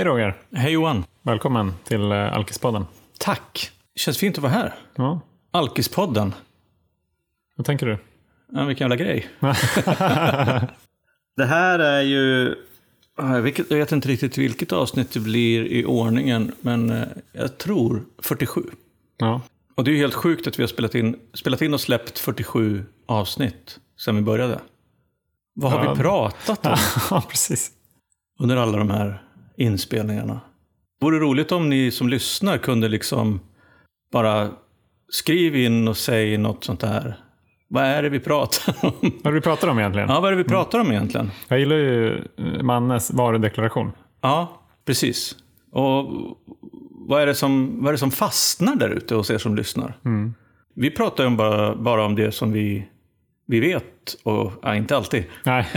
Roger. Hej Johan. Välkommen till Alkispodden. Tack. Känns fint att vara här. Ja. Alkispodden. Vad tänker du? Ja, vilken jävla grej. Det här är ju... Jag vet inte riktigt vilket avsnitt det blir i ordningen, men jag tror 47. Ja. Och det är ju helt sjukt att vi har spelat in och släppt 47 avsnitt sedan vi började. Vad har vi pratat om? Ja, precis. Under alla de här inspelningarna. Vore roligt om ni som lyssnar kunde liksom bara skriva in och säga något sånt här. Vad är det vi pratar om? Vad är det vi pratar om egentligen? Ja, vad är det vi pratar om egentligen? Jag gillar ju Mannes varudeklaration. Ja, precis. Och vad är det som fastnar där ute hos er som lyssnar? Mm. Vi pratar ju bara om det som vi vet, och inte alltid. Nej.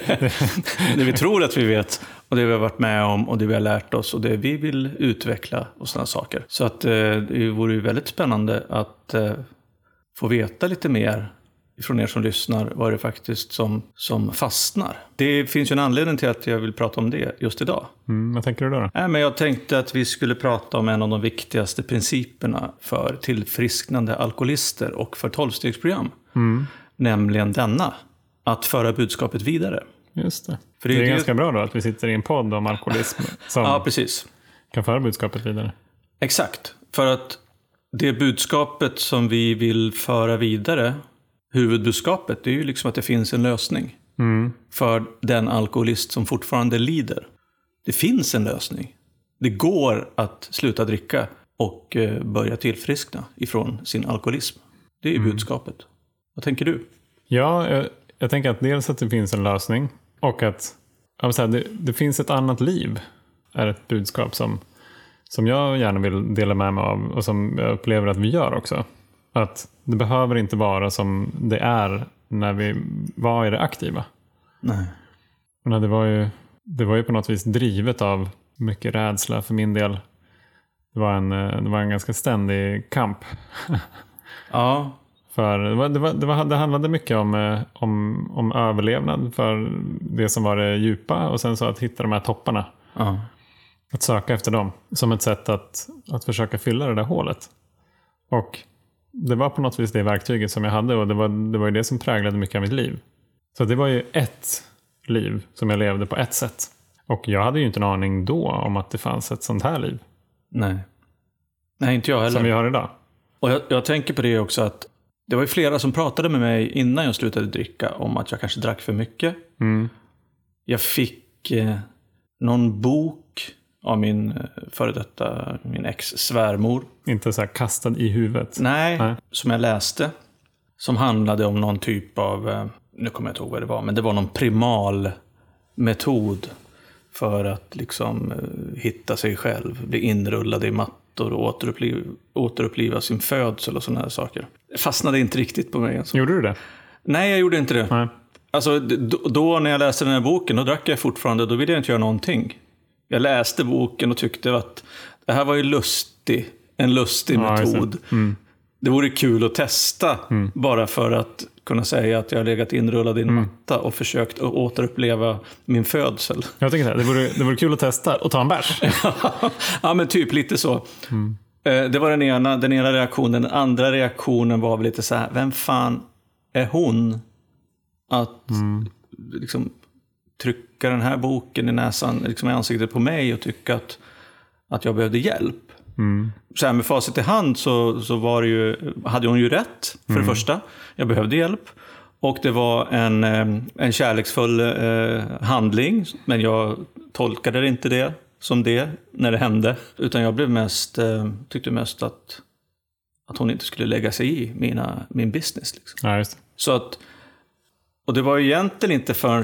Det vi tror att vi vet, och det vi har varit med om, och det vi har lärt oss, och det vi vill utveckla och sådana saker. Så att det vore ju väldigt spännande att få veta lite mer från er som lyssnar vad det faktiskt som fastnar. Det finns ju en anledning till att jag vill prata om det just idag. Vad tänker du då? Men jag tänkte att vi skulle prata om en av de viktigaste principerna för tillfrisknande alkoholister och för 12-stegsprogram. Nämligen denna, att föra budskapet vidare. Just det. För det är ganska bra då att vi sitter i en podd om alkoholism som ja, precis. Kan föra budskapet vidare. Exakt, för att det budskapet som vi vill föra vidare, huvudbudskapet, det är ju liksom att det finns en lösning för den alkoholist som fortfarande lider. Det finns en lösning. Det går att sluta dricka och börja tillfriskna ifrån sin alkoholism. Det är budskapet. Vad tänker du? Ja, jag tänker att dels att det finns en lösning och att det finns ett annat liv är ett budskap som jag gärna vill dela med mig av och som jag upplever att vi gör också. Att det behöver inte vara som det är när vi var i det aktiva. Nej. Men det var ju på något vis drivet av mycket rädsla för min del. Det var en ganska ständig kamp. Ja. För det handlade mycket om överlevnad för det som var det djupa, och sen så att hitta de här topparna. Ja. Att söka efter dem som ett sätt att försöka fylla det där hålet. Och det var på något vis det verktyget som jag hade, och det var ju det som präglade mycket av mitt liv. Så det var ju ett liv som jag levde på ett sätt. Och jag hade ju inte en aning då om att det fanns ett sånt här liv. Nej, inte jag heller. Som vi har idag. Och jag tänker på det också, att det var ju flera som pratade med mig innan jag slutade dricka om att jag kanske drack för mycket. Jag fick någon bok av min ex-svärmor. Inte så här kastad i huvudet. Nej, som jag läste. Som handlade om någon typ av, nu kommer jag inte ihåg vad det var, men det var någon primal metod för att liksom hitta sig själv, bli inrullad i mattor och återuppliva sin födsel och sådana här saker. Det fastnade inte riktigt på mig. Alltså. Gjorde du det? Nej, jag gjorde inte det. Nej. Alltså, då när jag läste den här boken, då drack jag fortfarande, då ville jag inte göra någonting. Jag läste boken och tyckte att det här var ju en lustig metod. Det vore kul att testa, bara för att kunna säga att jag har legat inrullad i en matta och försökt återuppleva min födsel. Jag tänker så här, det vore kul att testa och ta en bärs. Ja, men typ lite så. Det var den ena reaktionen. Den andra reaktionen var väl lite så här, vem fan är hon att liksom trycka den här boken i näsan, liksom i ansiktet på mig, och tycka att jag behövde hjälp. Så här med facit i hand så var det ju, hade hon ju rätt för det första. Jag behövde hjälp. Och det var en kärleksfull handling, men jag tolkade inte det som det när det hände. Utan jag blev tyckte mest att hon inte skulle lägga sig i min business. Liksom. Ja, just det. Så att, och det var ju egentligen inte förrän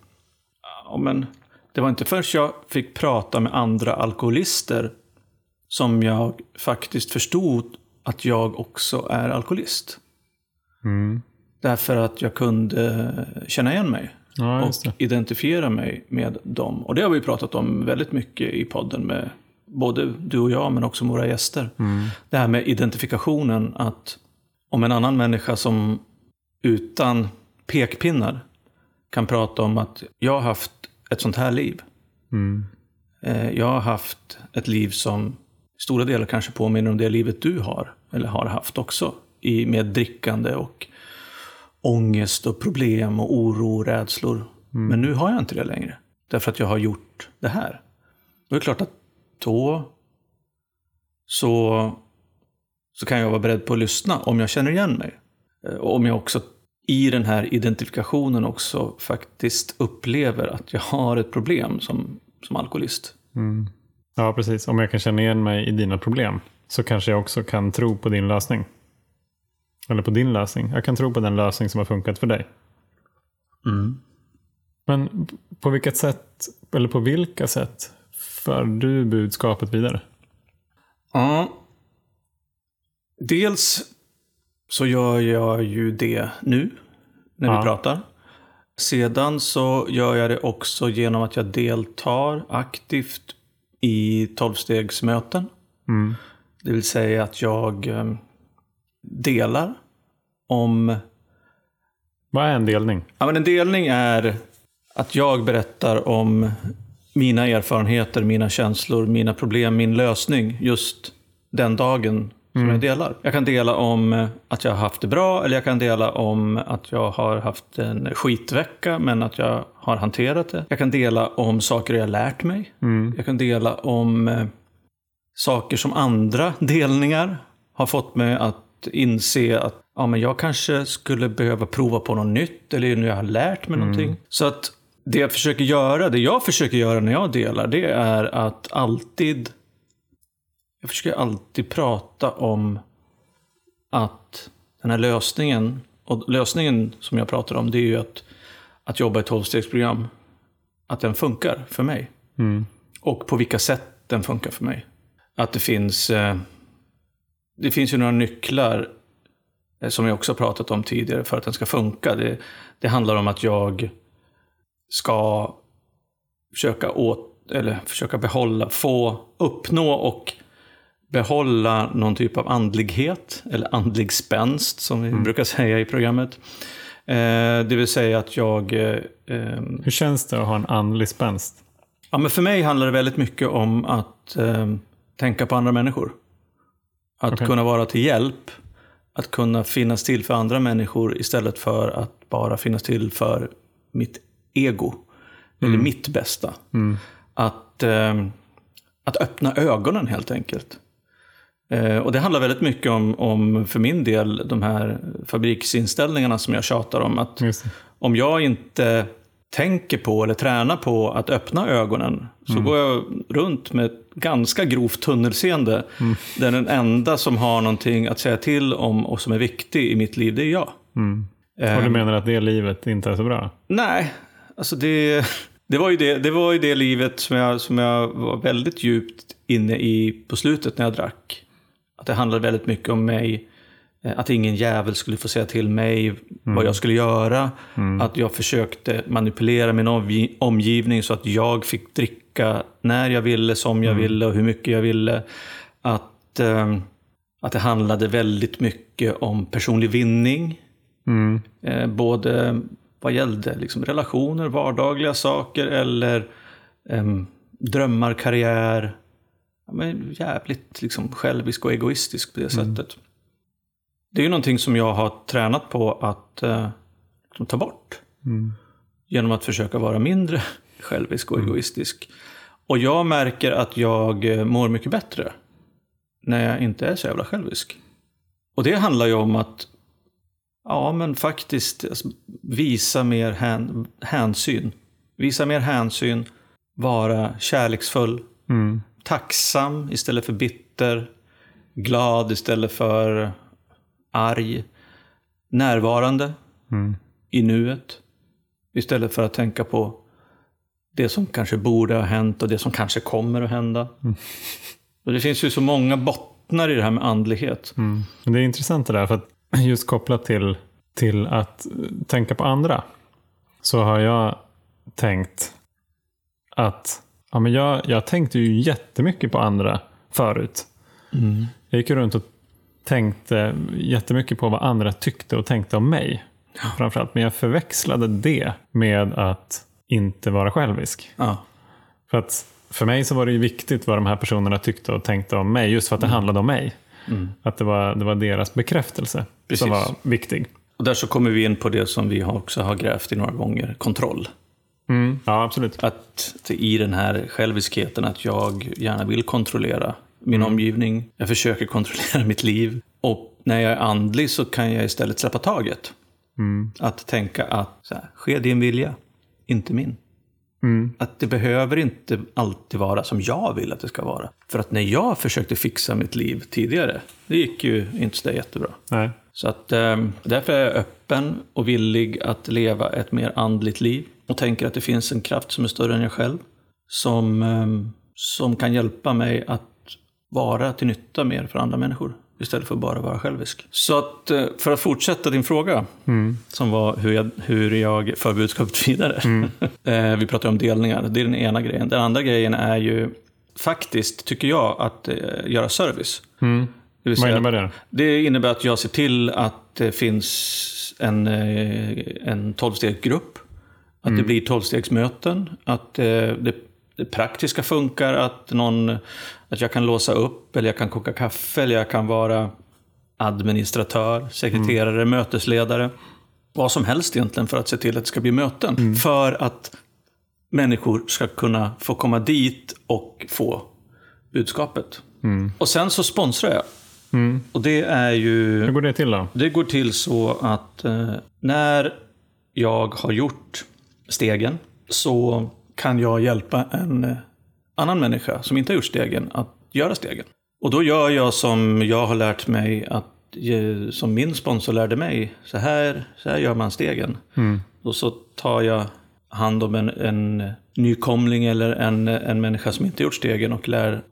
jag fick prata med andra alkoholister som jag faktiskt förstod att jag också är alkoholist. Därför att jag kunde känna igen mig och identifiera mig med dem. Och det har vi pratat om väldigt mycket i podden med både du och jag, men också med våra gäster. Det här med identifikationen, att om en annan människa som utan pekpinnar kan prata om att jag har haft ett sånt här liv. Jag har haft ett liv som stora delar kanske påminner om det livet du har. Eller har haft också. Med drickande och ångest och problem och oro och rädslor. Men nu har jag inte det längre. Därför att jag har gjort det här. Då är det klart att då så kan jag vara beredd på att lyssna om jag känner igen mig. Och om jag också i den här identifikationen också faktiskt upplever att jag har ett problem som alkoholist. Ja, precis. Om jag kan känna igen mig i dina problem så kanske jag också kan tro på din lösning. Eller på din lösning. Jag kan tro på den lösning som har funkat för dig. Men på vilket sätt, eller på vilka sätt för du budskapet vidare? Ja. Dels så gör jag ju det nu när vi pratar. Sedan så gör jag det också genom att jag deltar aktivt i 12-stegsmöten. Det vill säga att jag delar om... Vad är en delning? Ja, men en delning är att jag berättar om mina erfarenheter, mina känslor, mina problem, min lösning just den dagen som jag delar. Jag kan dela om att jag har haft det bra, eller jag kan dela om att jag har haft en skitvecka men att jag har hanterat det. Jag kan dela om saker jag har lärt mig. Jag kan dela om saker som andra delningar har fått mig att inse att men jag kanske skulle behöva prova på något nytt, eller nu jag har lärt mig någonting. Så att det jag försöker göra när jag delar, det är att jag försöker alltid prata om att den här lösningen, och lösningen som jag pratar om, det är ju att jobba i 12-stegsprogram, att den funkar för mig. Och på vilka sätt den funkar för mig. Att det finns ju några nycklar som jag också har pratat om tidigare för att den ska funka. Det handlar om att jag ska försöka uppnå och behålla någon typ av andlighet eller andlig spänst som vi brukar säga i programmet. Det vill säga att jag... Hur känns det att ha en andlig spänst? Ja, men för mig handlar det väldigt mycket om att tänka på andra människor. Att kunna vara till hjälp. Att kunna finnas till för andra människor istället för att bara finnas till för mitt ego. Eller mitt bästa. Att öppna ögonen helt enkelt. Och det handlar väldigt mycket om för min del, de här fabriksinställningarna som jag tjatar om. Att om jag inte tänker på eller tränar på att öppna ögonen så går jag runt med ett ganska grovt tunnelseende. Där den enda som har någonting att säga till om och som är viktig i mitt liv, det är jag. Och du menar att det livet inte är så bra? Nej, alltså det var ju det livet som jag var väldigt djupt inne i på slutet när jag drack. Att det handlade väldigt mycket om mig. Att ingen jävel skulle få säga till mig vad jag skulle göra. Att jag försökte manipulera min omgivning så att jag fick dricka när jag ville, som jag ville och hur mycket jag ville. Att det handlade väldigt mycket om personlig vinning. Både vad gällde liksom relationer, vardagliga saker eller drömmar, karriär. Men jävligt liksom självisk och egoistisk på det sättet. Det är ju någonting som jag har tränat på att ta bort. Genom att försöka vara mindre självisk och egoistisk. Och jag märker att jag mår mycket bättre när jag inte är så jävla självisk. Och det handlar ju om att faktiskt visa mer hänsyn. Visa mer hänsyn, vara kärleksfull, tacksam istället för bitter, glad istället för arg, närvarande i nuet istället för att tänka på det som kanske borde ha hänt och det som kanske kommer att hända. Och det finns ju så många bottnar i det här med andlighet. Det är intressant det där, för att just kopplat till att tänka på andra, så har jag tänkt att jag tänkte ju jättemycket på andra förut. Jag gick runt och tänkte jättemycket på vad andra tyckte och tänkte om mig. Framförallt, men jag förväxlade det med att inte vara självisk. För att för mig så var det ju viktigt vad de här personerna tyckte och tänkte om mig, just för att det handlade om mig. Att det var deras bekräftelse som var viktig. Och där så kommer vi in på det som vi också har grävt i några gånger, kontroll. Ja, absolut. Att i den här själviskheten att jag gärna vill kontrollera min omgivning. Jag försöker kontrollera mitt liv. Och när jag är andlig så kan jag istället släppa taget. Att tänka att så här, ske din vilja, inte min. Att det behöver inte alltid vara som jag vill att det ska vara. För att när jag försökte fixa mitt liv tidigare, det gick ju inte så jättebra. Nej. Så att därför är jag öppen och villig att leva ett mer andligt liv. Och tänker att det finns en kraft som är större än jag själv. Som kan hjälpa mig att vara till nytta mer för andra människor. Istället för att bara vara självisk. Så att för att fortsätta din fråga. Som var hur jag för budskapet vidare. Vi pratar om delningar. Det är den ena grejen. Den andra grejen är ju faktiskt, tycker jag, att göra service. Det vill säga, vad innebär det? Det innebär att jag ser till att det finns en 12-stegsgrupp. Att det blir 12-stegsmöten. Att det praktiska funkar. Att jag kan låsa upp. Eller jag kan koka kaffe. Eller jag kan vara administratör, sekreterare, mötesledare. Vad som helst egentligen för att se till att det ska bli möten. För att människor ska kunna få komma dit och få budskapet. Och sen så sponsrar jag. Och det är ju... Hur går det till då? Det går till så att när jag har gjort stegen så kan jag hjälpa en annan människa som inte har gjort stegen att göra stegen. Och då gör jag som jag har lärt mig som min sponsor lärde mig. Så här gör man stegen. Och så tar jag hand om en nykomling eller en människa som inte gjort stegen och lär,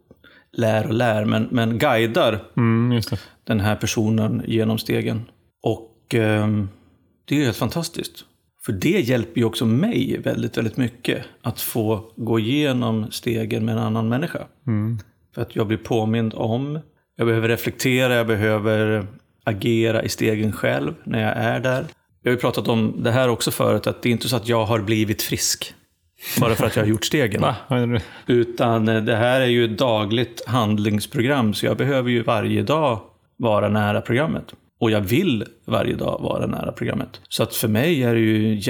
men guidar just det. den här personen genom stegen. Och det är helt fantastiskt. För det hjälper ju också mig väldigt, väldigt mycket att få gå igenom stegen med en annan människa. För att jag blir påmind om, jag behöver reflektera, jag behöver agera i stegen själv när jag är där. Jag har ju pratat om det här också förut, att det är inte så att jag har blivit frisk bara för att jag har gjort stegen. Utan det här är ju ett dagligt handlingsprogram, så jag behöver ju varje dag vara nära programmet. Och jag vill varje dag vara nära programmet. Så att för mig är det ju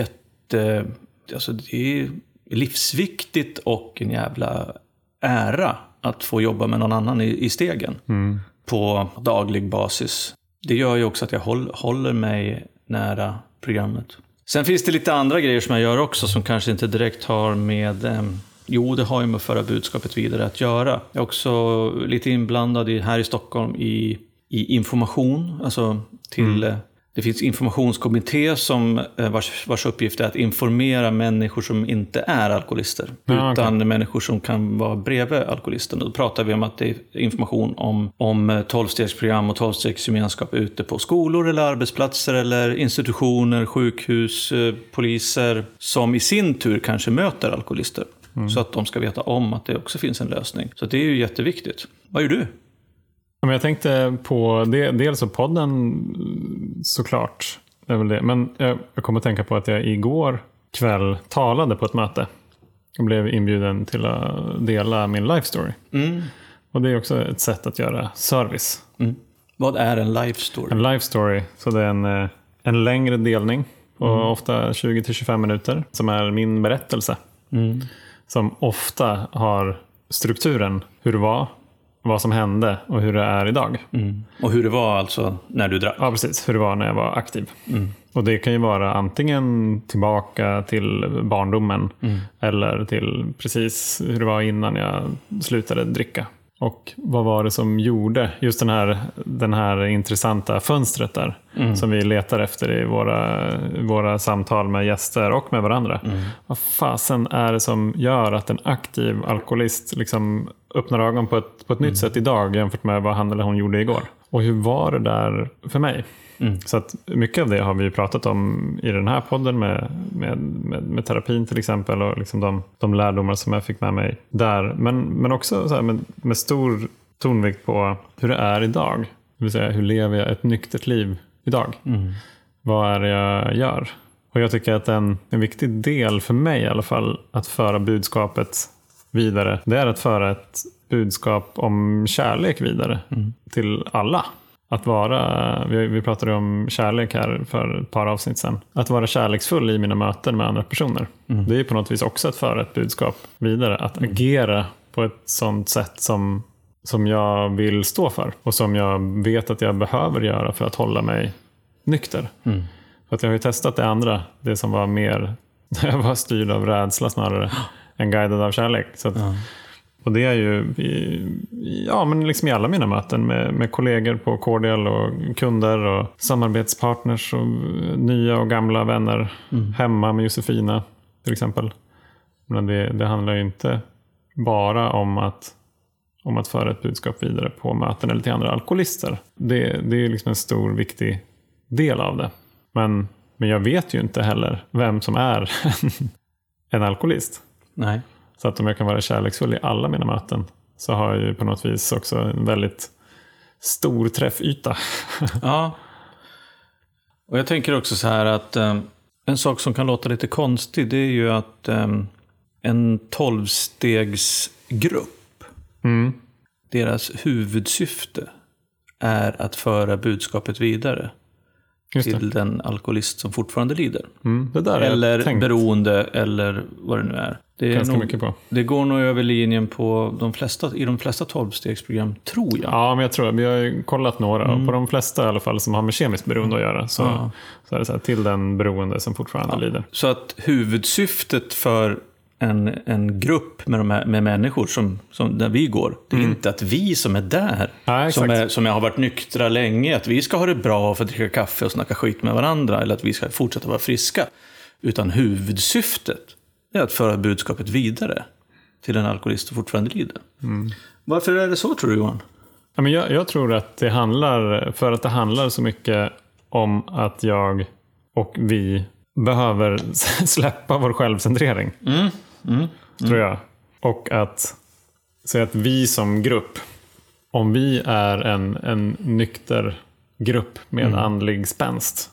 alltså det är livsviktigt och en jävla ära att få jobba med någon annan i stegen. På daglig basis. Det gör ju också att jag håller mig nära programmet. Sen finns det lite andra grejer som jag gör också som kanske inte direkt har med... Jo, det har ju med att föra budskapet vidare att göra. Jag är också lite inblandad här i Stockholm i information. Alltså till... Det finns informationskommitté som vars uppgift är att informera människor som inte är alkoholister. Utan människor som kan vara bredvid alkoholisterna. Då pratar vi om att det är information om 12-stegsprogram och 12-stegsgemenskap ute på skolor eller arbetsplatser eller institutioner, sjukhus, poliser. Som i sin tur kanske möter alkoholister. Så att de ska veta om att det också finns en lösning. Så det är ju jätteviktigt. Vad gör du? Jag tänkte på dels på podden såklart. Det är väl det. Men jag kommer att tänka på att jag igår kväll talade på ett möte. Jag blev inbjuden till att dela min life story. Och det är också ett sätt att göra service. Vad är en life story? En life story, så det är en längre delning. Och ofta 20-25 minuter. Som är min berättelse. Som ofta har strukturen hur det var. Vad som hände och hur det är idag. Och hur det var alltså när du drack? Ja, precis. Hur det var när jag var aktiv. Och det kan ju vara antingen tillbaka till barndomen. Eller till precis hur det var innan jag slutade dricka. Och vad var det som gjorde just den här intressanta fönstret där. Som vi letar efter i våra samtal med gäster och med varandra. Vad fasen är det som gör att en aktiv alkoholist liksom öppnar ögon på ett nytt sätt idag jämfört med vad han eller hon gjorde igår? Och hur var det där för mig? Så att mycket av det har vi pratat om i den här podden med terapin till exempel och liksom de lärdomar som jag fick med mig där. Men också så här med stor tonvikt på hur det är idag. Det vill säga, hur lever jag ett nyktert liv idag? Vad är det jag gör? Och jag tycker att en viktig del för mig i alla fall att föra budskapet vidare, det är att föra ett budskap om kärlek vidare till alla. Att vara, vi pratade om kärlek här för ett par avsnitt sedan. Att vara kärleksfull i mina möten med andra personer. Det är på något vis också att föra ett budskap vidare. Att agera på ett sånt sätt som jag vill stå för. Och som jag vet att jag behöver göra för att hålla mig nykter. För att jag har ju testat det andra. Det som var mer, jag var styrd av rädsla snarare än guidad av kärlek. Så att, och det är ju men liksom i alla mina möten med kollegor på Cordial och kunder och samarbetspartners och nya och gamla vänner hemma med Josefina till exempel. Men det handlar ju inte bara om att föra ett budskap vidare på möten eller till andra alkoholister. Det är liksom en stor viktig del av det. Men jag vet ju inte heller vem som är en alkoholist. Nej. Så att om jag kan vara kärleksfull i alla mina möten så har jag ju på något vis också en väldigt stor träffyta. Ja. Och jag tänker också så här att en sak som kan låta lite konstig, det är ju att en 12-stegsgrupp, deras huvudsyfte är att föra budskapet vidare till den alkoholist som fortfarande lider. Det där eller beroende, eller vad det nu är. Det är ganska nog, mycket på. Det går nog över linjen på i de flesta 12-stegsprogram, tror jag. Ja, men jag tror vi har ju kollat några. Och på de flesta i alla fall som har med kemiskt beroende att göra. Så är det så här, till den beroende som fortfarande lider. Så att huvudsyftet för en grupp med människor som där vi går, det är inte att vi som är där, som har varit nyktra länge, att vi ska ha det bra för att dricka kaffe och snacka skit med varandra, eller att vi ska fortsätta vara friska, utan huvudsyftet är att föra budskapet vidare till en alkoholist som fortfarande lider. Varför är det så, tror du, Johan? Ja, men jag tror att det handlar så mycket om att jag och vi behöver släppa vår självcentrering. Tror jag. Och att säga att vi som grupp, om vi är en nykter grupp med andlig spänst,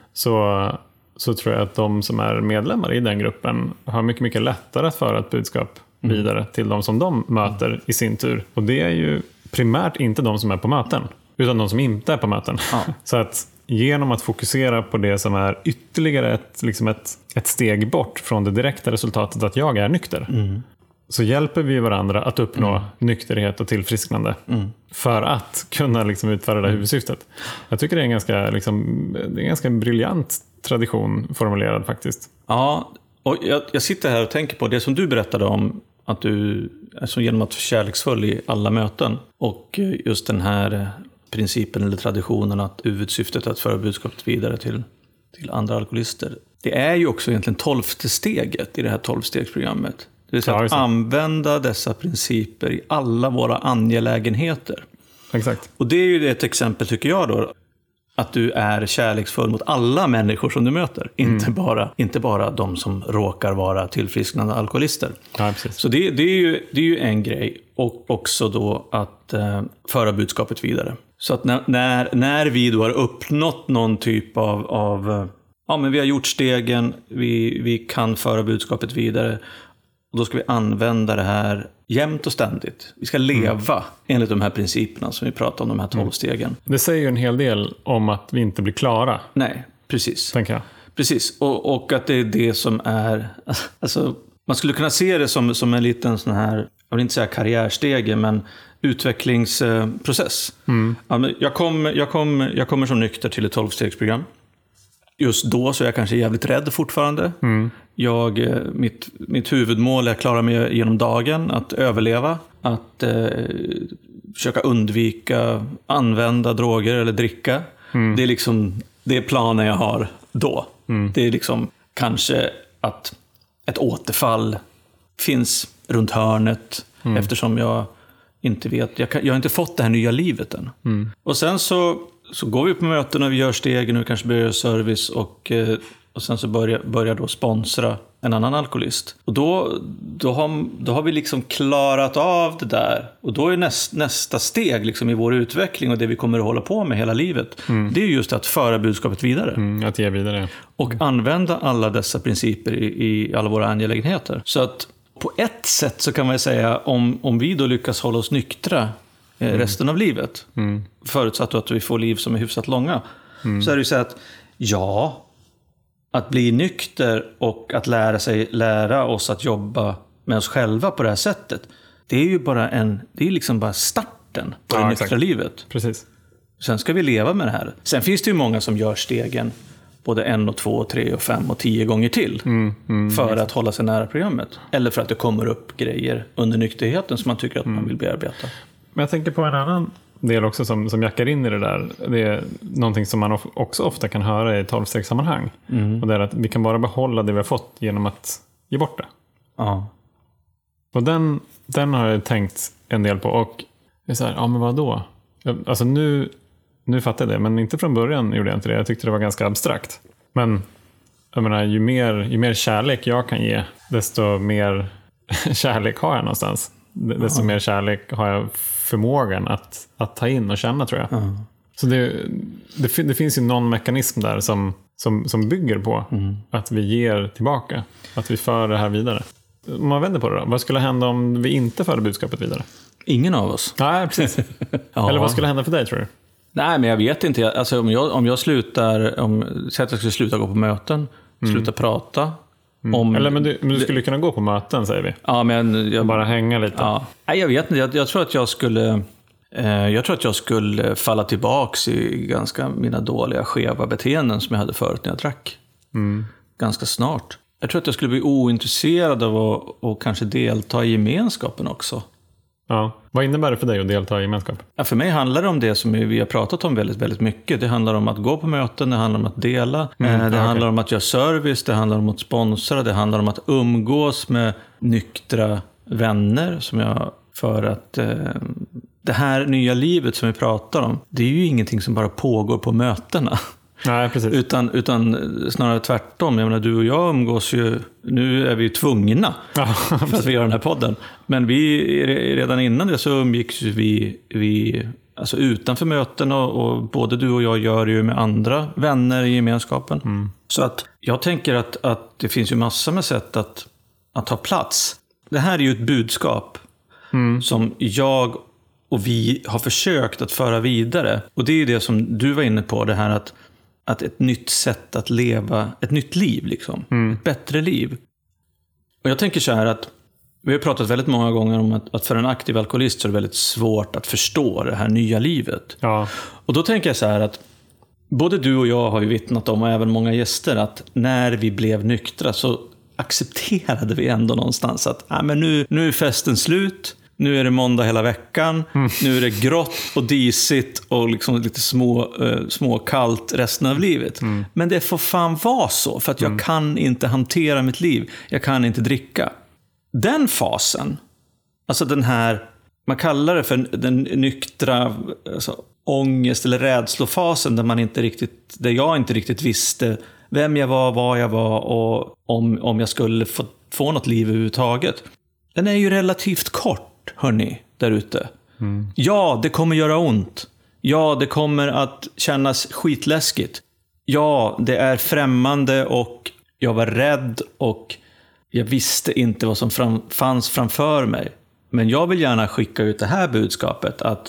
så tror jag att de som är medlemmar i den gruppen har mycket, mycket lättare att föra ett budskap vidare till de som de möter i sin tur. Och det är ju primärt inte de som är på möten, utan de som inte är på möten. Så att genom att fokusera på det som är ytterligare ett steg bort från det direkta resultatet att jag är nykter, så hjälper vi varandra att uppnå nykterhet och tillfrisknande för att kunna utföra det huvudsyftet. Jag tycker det är en ganska briljant tradition formulerad faktiskt. Ja, och jag sitter här och tänker på det som du berättade om, att du är genom att vara kärleksfull i alla möten, och just den här principen eller traditionen att huvudsyftet är att föra budskapet vidare till andra alkoholister. Det är ju också egentligen 12:e steget i det här 12-stegsprogrammet. Det vill säga att använda dessa principer i alla våra angelägenheter. Exakt. Och det är ju ett exempel, tycker jag då, att du är kärleksfull mot alla människor som du möter. Inte bara de som råkar vara tillfrisknande alkoholister. Ja, precis. Så det är ju en grej. Och också då att föra budskapet vidare. Så att när vi då har uppnått någon typ av men vi har gjort stegen, vi kan föra budskapet vidare, och då ska vi använda det här jämt och ständigt. Vi ska leva enligt de här principerna som vi pratar om, de här 12 stegen. Det säger ju en hel del om att vi inte blir klara. Nej, precis. Tänker jag. Precis, och att det är det som är... Alltså, man skulle kunna se det som en liten sån här, jag vill inte säga karriärstege, men utvecklingsprocess. Ja, men jag kommer som nykter till ett 12-stegsprogram. Just då så är jag kanske jävligt rädd fortfarande. Mitt huvudmål är att klara mig genom dagen, att överleva, att försöka undvika använda droger eller dricka. Det är det är planen jag har då. Det är kanske att ett återfall finns runt hörnet, eftersom jag inte vet, jag har inte fått det här nya livet än. Och sen så går vi på möten och vi gör stegen och vi kanske börjar service, och sen så börjar då sponsra en annan alkoholist. Och då har vi klarat av det där. Och då är nästa steg i vår utveckling, och det vi kommer att hålla på med hela livet, det är just att föra budskapet vidare. Att ge vidare. Och använda alla dessa principer i alla våra angelägenheter. Så att på ett sätt så kan man säga, om vi då lyckas hålla oss nyktra resten av livet, förutsatt att vi får liv som är hyfsat långa, så är det ju så att att bli nykter och att lära oss att jobba med oss själva på det här sättet, det är ju bara det är liksom bara starten på det nyktra livet. Precis. Sen ska vi leva med det här. Sen finns det ju många som gör stegen både 1, 2, 3, 5 och 10 gånger till för att hålla sig nära programmet. Eller för att det kommer upp grejer under nykterheten som man tycker att man vill bearbeta. Men jag tänker på en annan del också som jackar in i det där. Det är någonting som man också ofta kan höra i 12-stegssammanhang. Och det är att vi kan bara behålla det vi har fått genom att ge bort det. Ja. Och den har jag tänkt en del på. Och det är så här, men vadå? Alltså nu fattar jag det, men inte från början gjorde jag inte det. Jag tyckte det var ganska abstrakt. Men jag menar, ju mer kärlek jag kan ge, desto mer kärlek har jag någonstans. Desto mer kärlek har jag förmågan att ta in och känna, tror jag. Så det finns ju någon mekanism där som bygger på att vi ger tillbaka. Att vi för det här vidare. Om man vänder på det då, vad skulle hända om vi inte förde budskapet vidare? Ingen av oss. Nej, precis. Eller vad skulle hända för dig, tror du? Nej, men jag vet inte. Alltså, om jag slutar, säg att jag skulle sluta gå på möten, sluta prata. Eller men du skulle kunna gå på möten, säger vi. Ja, men jag bara hänga lite. Ja. Nej, jag vet inte. Jag tror att jag skulle falla tillbaks i ganska mina dåliga skeva beteenden som jag hade förut när jag drack. Ganska snart. Jag tror att jag skulle bli ointresserad av att kanske delta i gemenskapen också. Ja. Vad innebär det för dig att delta i gemenskap? Ja, för mig handlar det om det som vi har pratat om väldigt, väldigt mycket. Det handlar om att gå på möten, det handlar om att dela. Det handlar om att göra service, det handlar om att sponsra, det handlar om att umgås med nyktra vänner. För att det här nya livet som vi pratar om, det är ju ingenting som bara pågår på mötena. Nej, precis. Utan snarare tvärtom. Jag menar, du och jag umgås ju, nu är vi ju tvungna för att vi gör den här podden. Men redan innan det så umgicks vi alltså utanför möten och både du och jag gör det ju med andra vänner i gemenskapen. Så att jag tänker att det finns ju massor med sätt att ta plats. Det här är ju ett budskap som jag och vi har försökt att föra vidare. Och det är ju det som du var inne på, det här att ett nytt sätt att leva, ett nytt liv liksom. Ett bättre liv. Och jag tänker så här att vi har pratat väldigt många gånger om att för en aktiv alkoholist så är det väldigt svårt att förstå det här nya livet. Ja. Och då tänker jag så här att både du och jag har ju vittnat om, och även många gäster, att när vi blev nyktra så accepterade vi ändå någonstans att men nu är festen slut. Nu är det måndag hela veckan. Nu är det grått och disigt och liksom lite småkallt resten av livet. Men det får fan vara så, för att jag kan inte hantera mitt liv. Jag kan inte dricka. Den fasen, alltså den här, man kallar det för den nyktra ångest eller rädslofasen, där jag inte riktigt visste vem jag var, vad jag var och om jag skulle få något liv överhuvudtaget. Den är ju relativt kort. Hörni, där ute. Ja, det kommer göra ont. Ja, det kommer att kännas skitläskigt. Ja, det är främmande och jag var rädd och jag visste inte vad som fanns framför mig. Men jag vill gärna skicka ut det här budskapet, att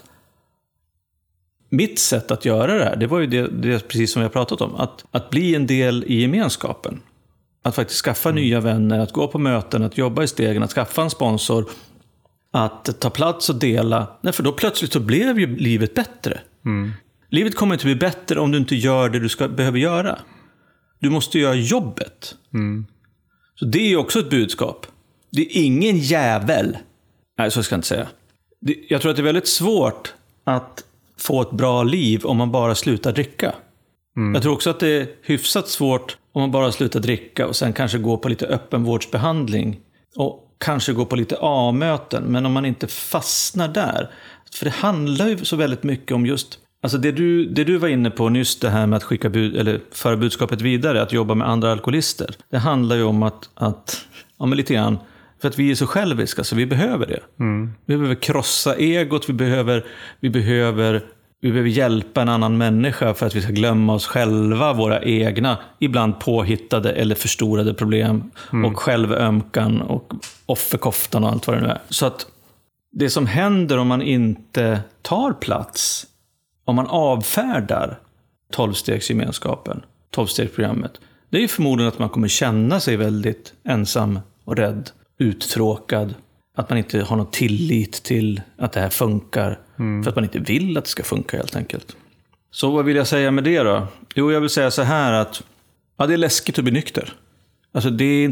mitt sätt att göra det här, det var ju det precis som jag pratat om, att bli en del i gemenskapen. Att faktiskt skaffa nya vänner, att gå på möten, att jobba i stegen, att skaffa en sponsor, att ta plats och dela. Nej, för då plötsligt så blev ju livet bättre. Livet kommer inte bli bättre om du inte gör det du behöver göra. Du måste göra jobbet. Så det är ju också ett budskap. Det är ingen jävel. Nej, så ska jag inte säga. Jag tror att det är väldigt svårt att få ett bra liv om man bara slutar dricka. Jag tror också att det är hyfsat svårt om man bara slutar dricka och sen kanske går på lite öppenvårdsbehandling och kanske gå på lite A-möten, men om man inte fastnar där. För det handlar ju så väldigt mycket om just, alltså det du var inne på nyss, det här med att skicka eller föra budskapet vidare, att jobba med andra alkoholister. Det handlar ju om att men lite grann, för att vi är så själviska så vi behöver det. Vi behöver krossa egot, vi behöver Vi behöver hjälpa en annan människa för att vi ska glömma oss själva, våra egna, ibland påhittade eller förstorade problem. Och självömkan och offerkoftan och allt vad det nu är. Så att det som händer om man inte tar plats, om man avfärdar 12-stegsgemenskapen, 12-stegsprogrammet, det är ju förmodligen att man kommer känna sig väldigt ensam och rädd, uttråkad. Att man inte har någon tillit till att det här funkar. För att man inte vill att det ska funka helt enkelt. Så vad vill jag säga med det då? Jo, jag vill säga så här att det är läskigt att bli nykter. Alltså det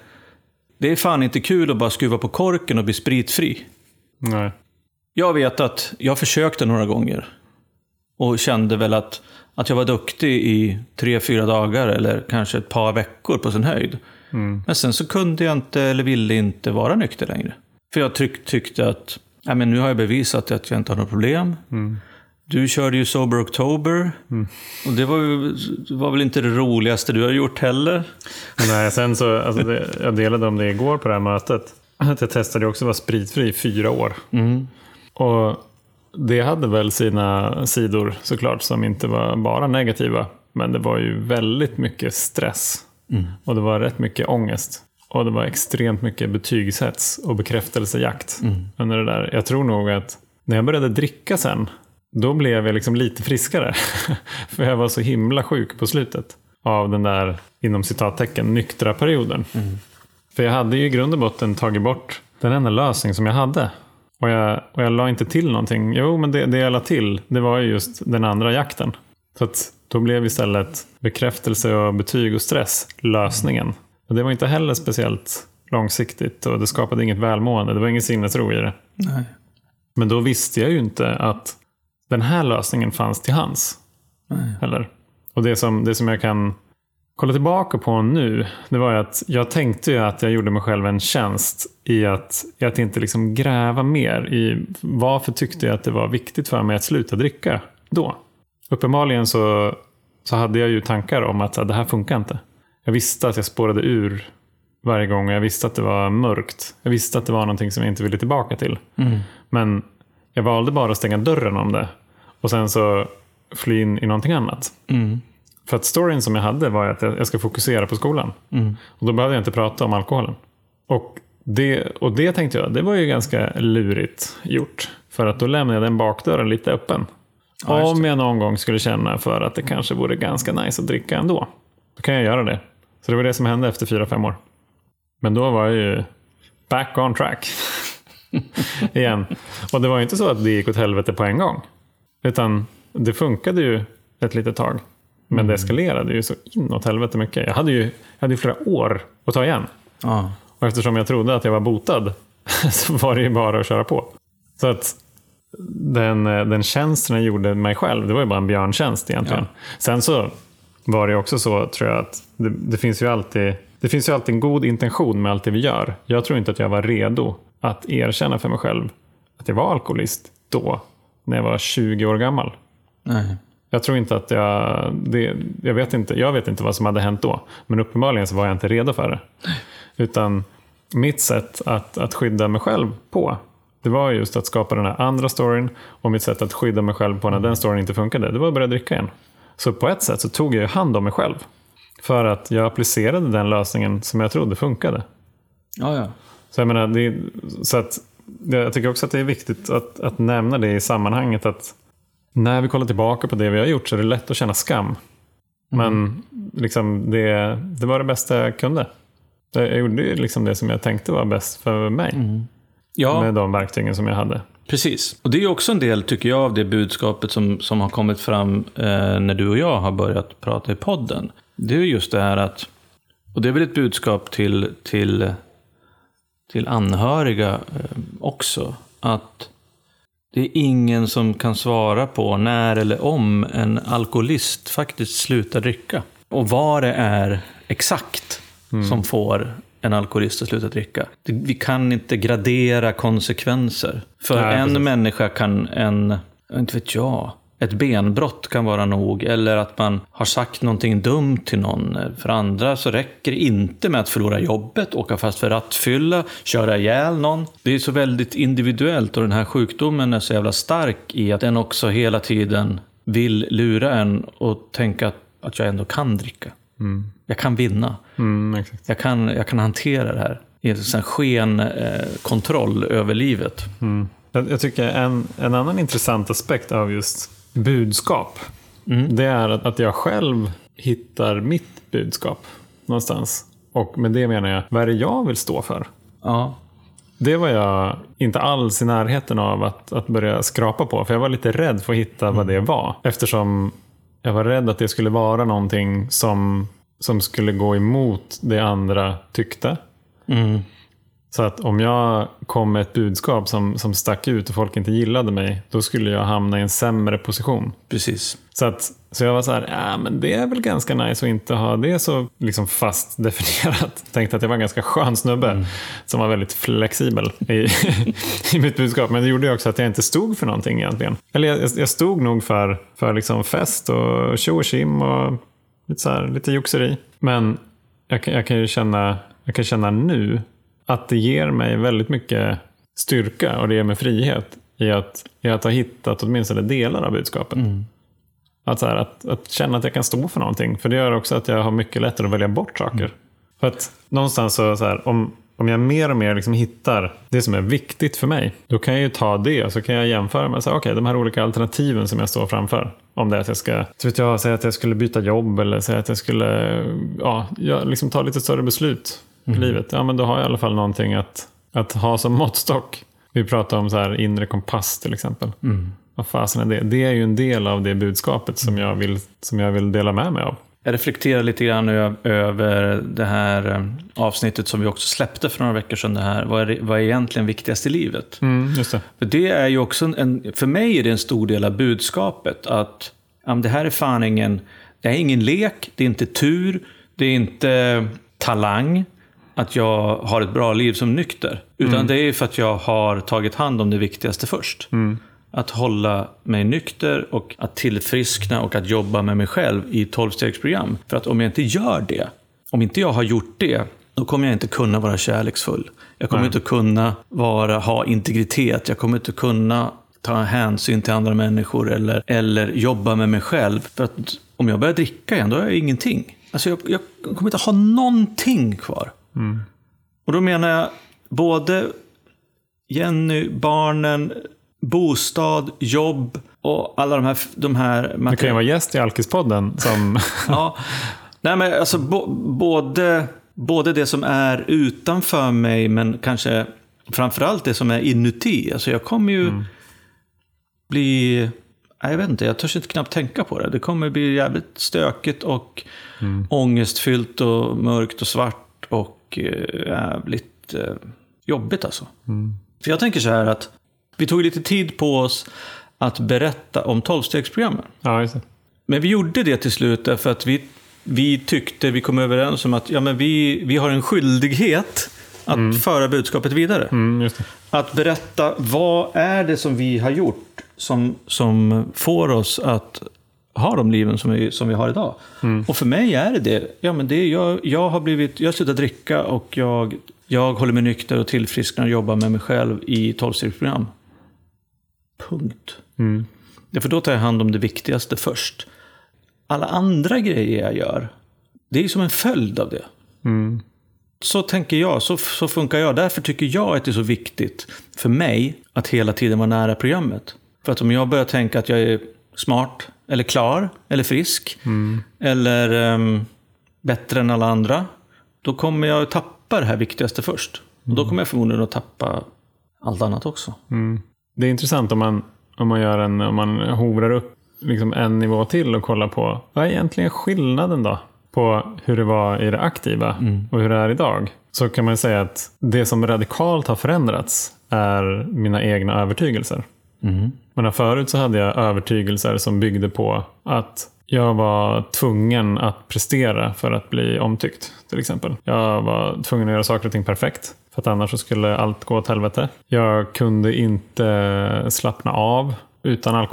är fan inte kul att bara skruva på korken och bli spritfri. Nej. Jag vet att jag försökte några gånger. Och kände väl att jag var duktig i 3-4 dagar eller kanske ett par veckor på sin höjd. Men sen så kunde jag inte eller ville inte vara nykter längre. För jag tyckte att men nu har jag bevisat att jag inte har något problem. Du körde ju Sober October. Och det var väl inte det roligaste du har gjort heller. Nej, sen så, alltså jag delade om det igår på det här mötet. Att jag testade också att vara spritfri i 4 år. Och det hade väl sina sidor såklart som inte var bara negativa. Men det var ju väldigt mycket stress. Och det var rätt mycket ångest. Och det var extremt mycket betygshets och bekräftelsejakt under det där. Jag tror nog att när jag började dricka sen, då blev jag liksom lite friskare. För jag var så himla sjuk på slutet av den där, inom citattecken, nyktra perioden. För jag hade ju i grund och botten tagit bort den enda lösning som jag hade. Och jag la inte till någonting. Jo, men det jag la till, det var ju just den andra jakten. Så att då blev istället bekräftelse och betyg och stress lösningen. Och det var inte heller speciellt långsiktigt och det skapade inget välmående. Det var ingen sinnesro i det. Nej. Men då visste jag ju inte att den här lösningen fanns till hands. Nej. Eller? Och det som jag kan kolla tillbaka på nu, det var ju att jag tänkte ju att jag gjorde mig själv en tjänst i att inte liksom gräva mer i varför tyckte jag att det var viktigt för mig att sluta dricka då. Uppenbarligen så hade jag ju tankar om att det här funkar inte. Jag visste att jag spårade ur varje gång. Jag visste att det var mörkt. Jag visste att det var någonting som jag inte ville tillbaka till. Men jag valde bara att stänga dörren om det. Och sen så fly in i någonting annat. För att storyn som jag hade var att jag ska fokusera på skolan. Och då behövde jag inte prata om alkoholen. Och det tänkte jag, det var ju ganska lurigt gjort. För att då lämnade jag den bakdörren lite öppen. Ja, om jag någon gång skulle känna för att det kanske vore ganska nice att dricka ändå. Då kan jag göra det. Så det var det som hände efter 4-5 år. Men då var jag ju back on track. Igen. Och det var ju inte så att det gick åt helvete på en gång. Utan det funkade ju ett litet tag. Men det eskalerade ju så inåt helvete mycket. Jag hade ju flera år att ta igen. Och eftersom jag trodde att jag var botad så var det ju bara att köra på. Så att den tjänsten jag gjorde mig själv, det var ju bara en björntjänst egentligen. Sen så var det också så, tror jag, att det finns ju alltid en god intention med allt det vi gör. Jag tror inte att jag var redo att erkänna för mig själv att jag var alkoholist då, när jag var 20 år gammal. Nej. Jag tror inte att jag vet inte vad som hade hänt då. Men uppenbarligen så var jag inte redo för det. Utan mitt sätt att skydda mig själv på, det var just att skapa den här andra storyn. Och mitt sätt att skydda mig själv på när den storyn inte funkade, det var att börja dricka igen. Så på ett sätt så tog jag hand om mig själv. För att jag applicerade den lösningen som jag trodde funkade. Ja. Så jag menar, jag tycker också att det är viktigt att nämna det i sammanhanget, att när vi kollar tillbaka på det vi har gjort så är det lätt att känna skam. Men liksom det var det bästa jag kunde. Jag gjorde ju liksom det som jag tänkte var bäst för mig. Ja. Med de verktygen som jag hade. Precis. Och det är ju också en del, tycker jag, av det budskapet som har kommit fram när du och jag har börjat prata i podden. Det är ju just det här att, och det är väl ett budskap till anhöriga också, att det är ingen som kan svara på när eller om en alkoholist faktiskt slutar dricka. Och vad det är exakt som får en alkoholist att sluta dricka. Vi kan inte gradera konsekvenser. För en människa kan inte vet jag, ett benbrott kan vara nog, eller att man har sagt någonting dumt till någon. För andra så räcker det inte med att förlora jobbet, åka fast för rattfylla, köra ihjäl någon. Det är så väldigt individuellt, och den här sjukdomen är så jävla stark i att den också hela tiden vill lura en och tänka att jag ändå kan dricka. Jag kan vinna. Exakt. Jag kan hantera det här i en sån skenkontroll över livet. Jag tycker en annan intressant aspekt av just budskap, det är att jag själv hittar mitt budskap någonstans. Och med det menar jag, vad är det jag vill stå för? Ja. Det var jag inte alls i närheten av att börja skrapa på. För jag var lite rädd för att hitta vad det var. Eftersom jag var rädd att det skulle vara någonting som skulle gå emot det andra tyckte. Så att om jag kom med ett budskap som stack ut och folk inte gillade mig, då skulle jag hamna i en sämre position. Precis. Så jag var så här, men det är väl ganska nice att inte ha det så liksom fast definierat. Tänkte att jag var en ganska skön snubbe som var väldigt flexibel i mitt budskap. Men det gjorde ju också att jag inte stod för någonting egentligen. Eller jag stod nog för liksom fest och tjo och tjim och lite joxeri. Men jag kan ju känna nu att det ger mig väldigt mycket styrka, och det ger mig frihet i att ha hittat åtminstone delar av budskapet. Att känna att jag kan stå för någonting. För det gör också att jag har mycket lättare att välja bort saker. För att någonstans så här, om jag mer och mer liksom hittar det som är viktigt för mig, då kan jag ju ta det och så kan jag jämföra med okej, de här olika alternativen som jag står framför. Om det är att jag ska säga att jag skulle byta jobb, eller säga att jag skulle liksom ta lite större beslut i livet. Ja, men då har jag i alla fall någonting att ha som måttstock. Vi pratar om så här inre kompass till exempel. Vad fasen är det? Det är ju en del av det budskapet som jag vill dela med mig av. Jag reflekterar lite grann över det här avsnittet som vi också släppte för några veckor sedan. Det här, vad är egentligen viktigast i livet? Just det. För det är ju också för mig är det en stor del av budskapet att det här är fan det är ingen lek, det är inte tur, det är inte talang att jag har ett bra liv som nykter. Utan det är för att jag har tagit hand om det viktigaste först. Att hålla mig nykter och att tillfriskna och att jobba med mig själv i 12-stegsprogram. För att om jag inte gör det, om inte jag har gjort det, då kommer jag inte kunna vara kärleksfull. Jag kommer inte kunna ha integritet. Jag kommer inte kunna ta hänsyn till andra människor eller jobba med mig själv. För att om jag börjar dricka igen, då har jag ingenting. Alltså jag kommer inte ha någonting kvar. Och då menar jag både Jenny, barnen, bostad, jobb och alla de här Du kan ju vara gäst i Alkispodden som... Ja, nej men alltså både det som är utanför mig, men kanske framförallt det som är inuti. Alltså jag kommer ju bli... Jag vet inte, jag törs inte knappt tänka på det. Det kommer bli jävligt stökigt och ångestfyllt och mörkt och svart och jävligt jobbigt alltså. För jag tänker så här att vi tog lite tid på oss att berätta om 12-stegsprogrammen. Ja, just det. Men vi gjorde det till slut därför att vi kom överens om att vi har en skyldighet att föra budskapet vidare. Just det. Att berätta vad är det som vi har gjort som får oss att ha de liven som vi har idag. Och för mig är det. Ja, men jag har slutat dricka och jag håller mig nykter och tillfrisknar och jobbar med mig själv i 12-stegsprogram. Punkt. Därför då tar jag hand om det viktigaste först. Alla andra grejer jag gör, det är som en följd av det. Så tänker jag, så funkar jag. Därför tycker jag att det är så viktigt för mig att hela tiden vara nära programmet. För att om jag börjar tänka att jag är smart eller klar eller frisk eller bättre än alla andra, då kommer jag att tappa det här viktigaste först. Och då kommer jag förmodligen att tappa allt annat också. Det är intressant om man hovrar upp liksom en nivå till och kollar på vad är egentligen skillnaden då på hur det var i det aktiva och hur det är idag. Så kan man säga att det som radikalt har förändrats är mina egna övertygelser. Men förut så hade jag övertygelser som byggde på att jag var tvungen att prestera för att bli omtyckt, till exempel. Jag var tvungen att göra saker och ting perfekt, för att annars så skulle allt gå åt helvete. Jag kunde inte slappna av utan alkohol.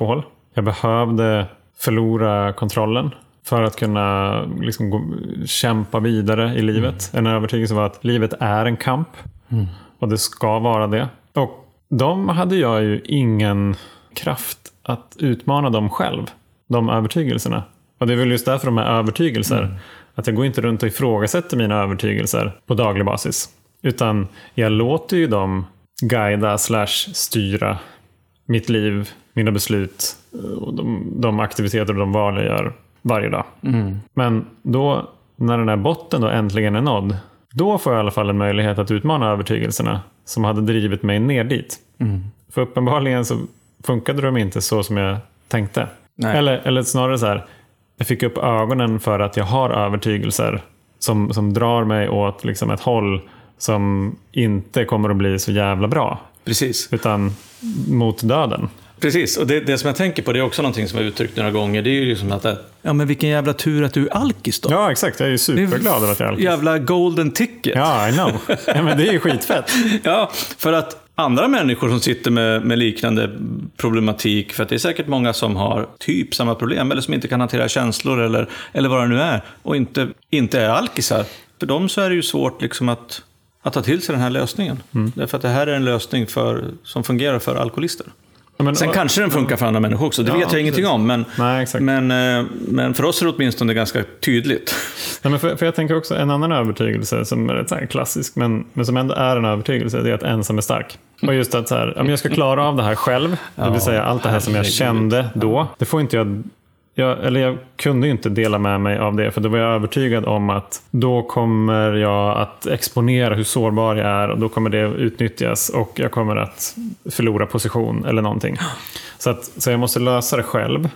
jag behövde förlora kontrollen för att kunna liksom kämpa vidare i livet. En övertygelse var att livet är en kamp och det ska vara det. Och de hade jag ju ingen kraft att utmana dem själv, de övertygelserna. Och det är väl just därför de är övertygelser. Att jag går inte runt och ifrågasätter mina övertygelser på daglig basis. Utan jag låter ju dem guida / styra mitt liv, mina beslut och de aktiviteter och de val jag gör varje dag. Men då, när den här botten då äntligen är nådd, då får jag i alla fall en möjlighet att utmana övertygelserna som hade drivit mig ner dit. För uppenbarligen så funkade de inte så som jag tänkte. Eller snarare så här, jag fick upp ögonen för att jag har övertygelser som drar mig åt liksom ett håll som inte kommer att bli så jävla bra. Precis. Utan mot döden. Precis, och det som jag tänker på, det är också någonting som jag uttryckt några gånger. Det är ju liksom att, ja men vilken jävla tur att du är alkis då. Ja, exakt. Jag är ju superglad över att jag är alkis. Jävla golden ticket. Ja, I know. Ja, men det är ju skitfett. Ja, för att andra människor som sitter med liknande problematik, för att det är säkert många som har typ samma problem, eller som inte kan hantera känslor eller vad det nu är, och inte är alkisar. För dem så är det ju svårt liksom att ta till sig den här lösningen. Därför att det här är en lösning som fungerar för alkoholister. Sen kanske den funkar för andra människor också. Det vet jag ingenting om. Men för oss är det åtminstone ganska tydligt. Ja, men för jag tänker också en annan övertygelse som är rätt så här klassisk, men som ändå är en övertygelse, det är att ensam är stark. Och just att så här, jag ska klara av det här själv. Det vill säga allt det här som jag kände då. Det får inte jag kunde ju inte dela med mig av det, för då var jag övertygad om att då kommer jag att exponera hur sårbar jag är och då kommer det utnyttjas och jag kommer att förlora position eller någonting. Så jag måste lösa det själv.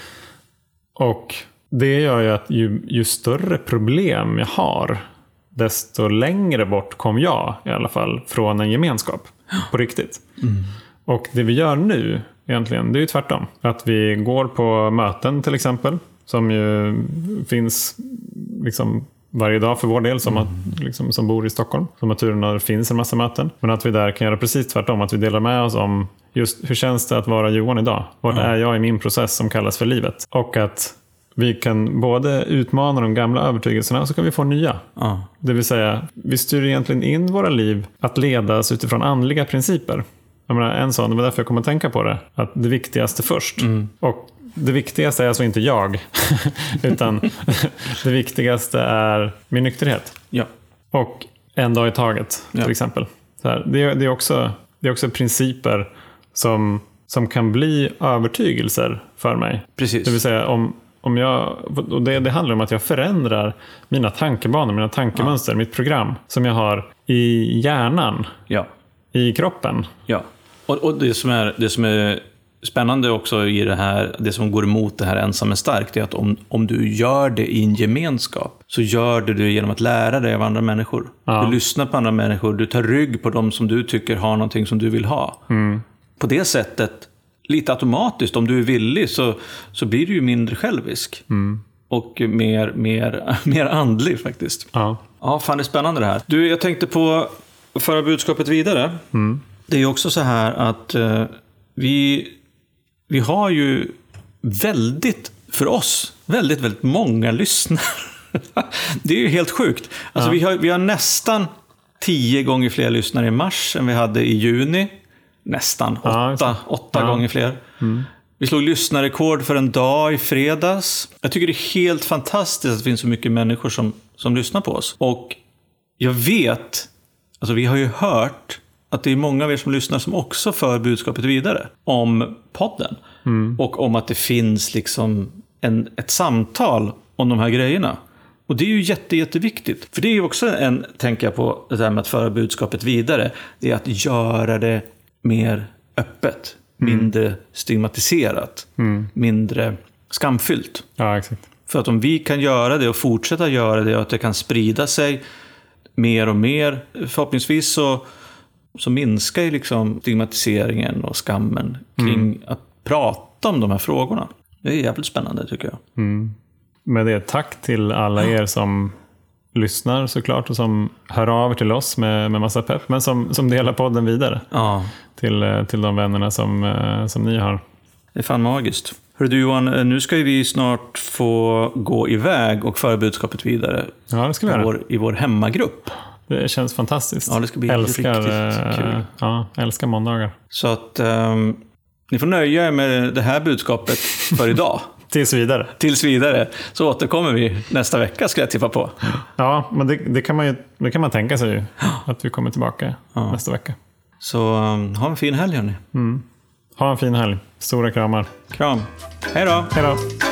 Och det gör ju att ju större problem jag har, desto längre bort kom jag i alla fall från en gemenskap på riktigt. Och det vi gör nu egentligen, det är ju tvärtom. Att vi går på möten till exempel, som ju finns liksom varje dag för vår del som bor i Stockholm. Som att turen finns en massa möten. Men att vi där kan göra precis tvärtom. Att vi delar med oss om just hur känns det att vara Johan idag? Vart är jag i min process som kallas för livet? Och att vi kan både utmana de gamla övertygelserna och så kan vi få nya. Det vill säga, vi styr egentligen in våra liv att ledas utifrån andliga principer. Jag menar, en sån, det var därför jag kom att tänka på det. Att det viktigaste först. Och det viktigaste är alltså inte jag. Utan det viktigaste är min nykterhet. Ja. Och en dag i taget, till exempel. Så här, det är också principer som kan bli övertygelser för mig. Precis. Det vill säga om jag, och det handlar om att jag förändrar mina tankebanor, mina tankemönster, mitt program som jag har i hjärnan. Ja. I kroppen. Ja, och det som är spännande också i det här, det som går emot det här ensam är stark, det är att om du gör det i en gemenskap, så gör det genom att lära dig av andra människor. Du lyssnar på andra människor, du tar rygg på dem som du tycker har någonting som du vill ha. På det sättet, lite automatiskt, om du är villig, så blir du ju mindre självisk. Och mer andlig faktiskt. Ja, fan, det är spännande det här. Du, jag tänkte på att föra budskapet vidare. Det är ju också så här att vi har ju för oss väldigt många lyssnare. Det är ju helt sjukt. Alltså vi har nästan 10 gånger fler lyssnare i mars än vi hade i juni. Nästan 8 gånger fler. Vi slog lyssnarrekord för en dag i fredags. Jag tycker det är helt fantastiskt att det finns så mycket människor som lyssnar på oss. Och jag vet, alltså vi har ju hört att det är många av er som lyssnar som också för budskapet vidare om podden. Och om att det finns liksom ett samtal om de här grejerna. Och det är ju jätteviktigt. För det är ju också tänker jag på det här med att föra budskapet vidare. Det är att göra det mer öppet. Mindre stigmatiserat. Mindre skamfyllt. Ja, exakt. För att om vi kan göra det och fortsätta göra det och att det kan sprida sig mer och mer, förhoppningsvis så minskar ju liksom stigmatiseringen och skammen kring att prata om de här frågorna. Det är jävligt spännande tycker jag. Med det, tack till alla er som lyssnar såklart och som hör av er till oss med massa pepp, men som delar podden vidare till de vännerna som ni har. Det är fan magiskt. Hör du Johan, nu ska ju vi snart få gå iväg och föra budskapet vidare. Ja, det ska vi göra. I vår hemmagrupp. Det känns fantastiskt. Ja, det ska bli riktigt kul. Ja, älskar måndagar. Så att ni får nöja er med det här budskapet för idag. Tills vidare. Tills vidare. Så återkommer vi nästa vecka, ska jag tippa på. Ja, men det kan man tänka sig ju. Att vi kommer tillbaka nästa vecka. Så ha en fin helg, hörni. Ha en fin helg. Stora kramar. Kram. Hej då. Hej då.